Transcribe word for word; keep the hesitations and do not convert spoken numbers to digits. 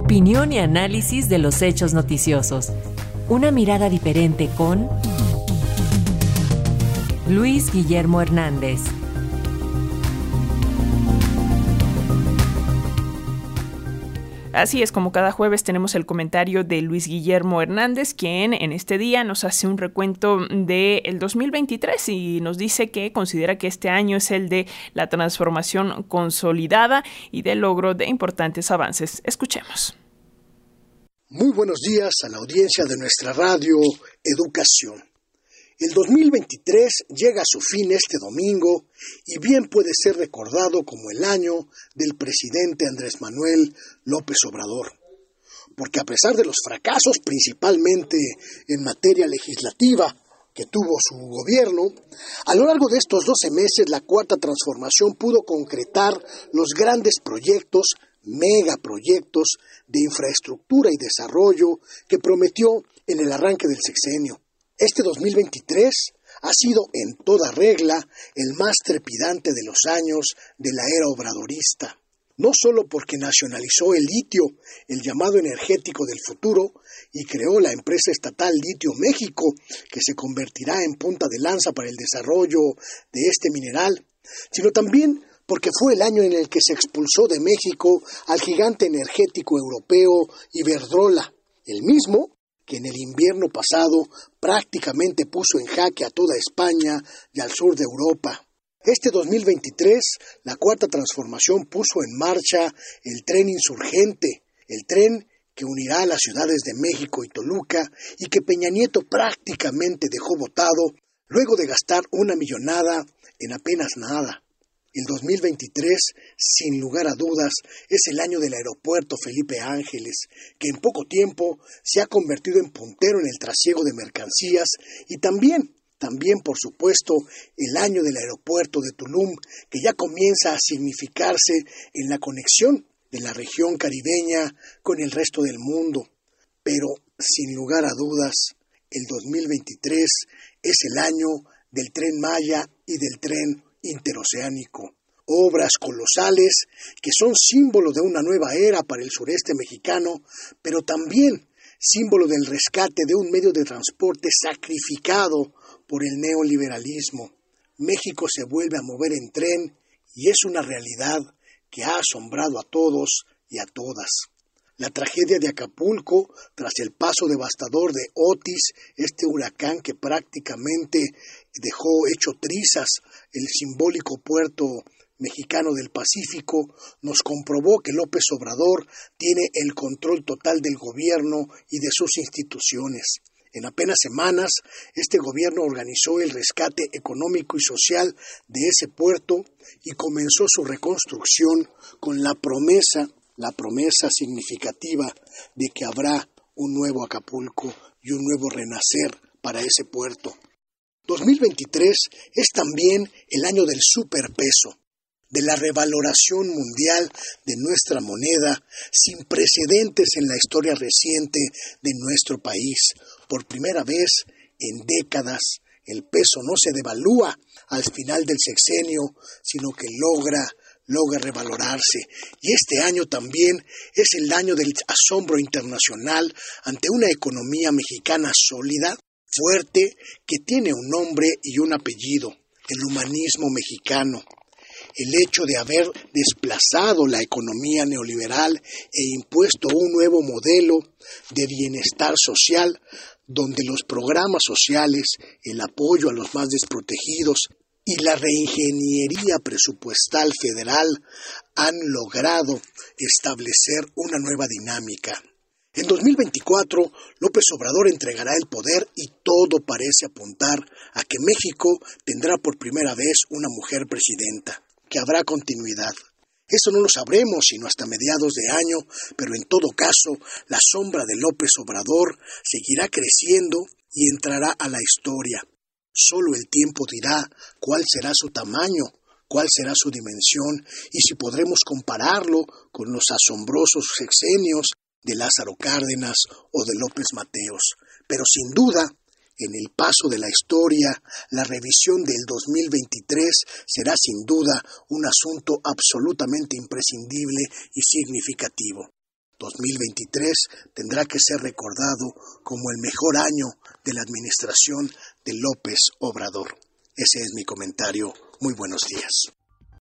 Opinión y análisis de los hechos noticiosos. Una mirada diferente con Luis Guillermo Hernández. Así es, como cada jueves tenemos el comentario de Luis Guillermo Hernández, quien en este día nos hace un recuento del dos mil veintitrés y nos dice que considera que este año es el de la transformación consolidada y del logro de importantes avances. Escuchemos. Muy buenos días a la audiencia de nuestra radio Educación. El dos mil veintitrés llega a su fin este domingo y bien puede ser recordado como el año del presidente Andrés Manuel López Obrador, porque a pesar de los fracasos principalmente en materia legislativa que tuvo su gobierno, a lo largo de estos doce meses la Cuarta Transformación pudo concretar los grandes proyectos, megaproyectos de infraestructura y desarrollo que prometió en el arranque del sexenio. Este dos mil veintitrés ha sido en toda regla el más trepidante de los años de la era obradorista, no solo porque nacionalizó el litio, el llamado energético del futuro, y creó la empresa estatal Litio México, que se convertirá en punta de lanza para el desarrollo de este mineral, sino también porque fue el año en el que se expulsó de México al gigante energético europeo Iberdrola, el mismo que en el invierno pasado prácticamente puso en jaque a toda España y al sur de Europa. Este dos mil veintitrés, la Cuarta Transformación puso en marcha el tren insurgente, el tren que unirá a las ciudades de México y Toluca y que Peña Nieto prácticamente dejó botado luego de gastar una millonada en apenas nada. El dos mil veintitrés, sin lugar a dudas, es el año del aeropuerto Felipe Ángeles, que en poco tiempo se ha convertido en puntero en el trasiego de mercancías y también, también por supuesto, el año del aeropuerto de Tulum, que ya comienza a significarse en la conexión de la región caribeña con el resto del mundo. Pero, sin lugar a dudas, el dos mil veintitrés es el año del Tren Maya y del Tren interoceánico, obras colosales que son símbolo de una nueva era para el sureste mexicano, pero también símbolo del rescate de un medio de transporte sacrificado por el neoliberalismo. México se vuelve a mover en tren y es una realidad que ha asombrado a todos y a todas. La tragedia de Acapulco, tras el paso devastador de Otis, este huracán que prácticamente dejó hecho trizas el simbólico puerto mexicano del Pacífico, nos comprobó que López Obrador tiene el control total del gobierno y de sus instituciones. En apenas semanas, este gobierno organizó el rescate económico y social de ese puerto y comenzó su reconstrucción con la promesa la promesa significativa de que habrá un nuevo Acapulco y un nuevo renacer para ese puerto. dos mil veintitrés es también el año del superpeso, de la revaloración mundial de nuestra moneda sin precedentes en la historia reciente de nuestro país. Por primera vez en décadas, el peso no se devalúa al final del sexenio, sino que logra logra revalorarse. Y este año también es el año del asombro internacional ante una economía mexicana sólida, fuerte, que tiene un nombre y un apellido, el humanismo mexicano. El hecho de haber desplazado la economía neoliberal e impuesto un nuevo modelo de bienestar social, donde los programas sociales, el apoyo a los más desprotegidos, y la reingeniería presupuestal federal han logrado establecer una nueva dinámica. En dos mil veinticuatro, López Obrador entregará el poder y todo parece apuntar a que México tendrá por primera vez una mujer presidenta, que habrá continuidad. Eso no lo sabremos sino hasta mediados de año, pero en todo caso, la sombra de López Obrador seguirá creciendo y entrará a la historia. Solo el tiempo dirá cuál será su tamaño, cuál será su dimensión y si podremos compararlo con los asombrosos sexenios de Lázaro Cárdenas o de López Mateos. Pero sin duda, en el paso de la historia, la revisión del dos mil veintitrés será sin duda un asunto absolutamente imprescindible y significativo. dos mil veintitrés tendrá que ser recordado como el mejor año de la administración de López Obrador. Ese es mi comentario. Muy buenos días.